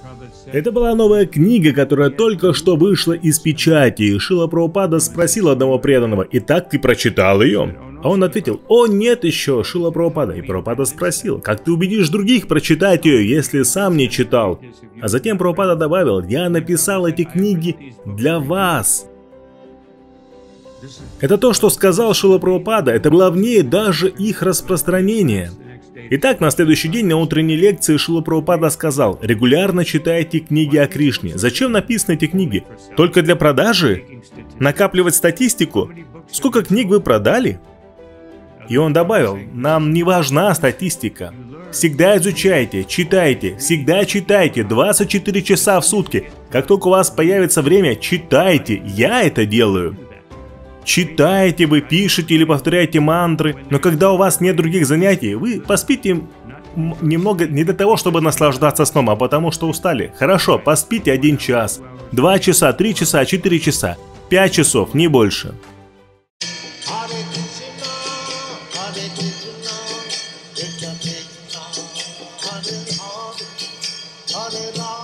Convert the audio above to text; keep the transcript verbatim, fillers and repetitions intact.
Это была новая книга, которая только что вышла из печати, и Шрила Прабхупада спросил одного преданного: «Итак, ты прочитал ее?» А он ответил: «О, нет еще, Шрила Прабхупада». И Прабхупада спросил: «Как ты убедишь других прочитать ее, если сам не читал?» А затем Прабхупада добавил: «Я написал эти книги для вас». Это то, что сказал Шрила Прабхупада, это главнее даже их распространения. Итак, на следующий день на утренней лекции Шрила Прабхупада сказал: регулярно читайте книги о Кришне. Зачем написаны эти книги? Только для продажи? Накапливать статистику? Сколько книг вы продали? И он добавил: нам не важна статистика. Всегда изучайте, читайте, всегда читайте, двадцать четыре часа в сутки. Как только у вас появится время, читайте, я это делаю. Читаете, вы пишете или повторяете мантры, но когда у вас нет других занятий, вы поспите немного не для того, чтобы наслаждаться сном, а потому что устали. Хорошо, поспите один час, два часа, три часа, четыре часа, пять часов, не больше. Hare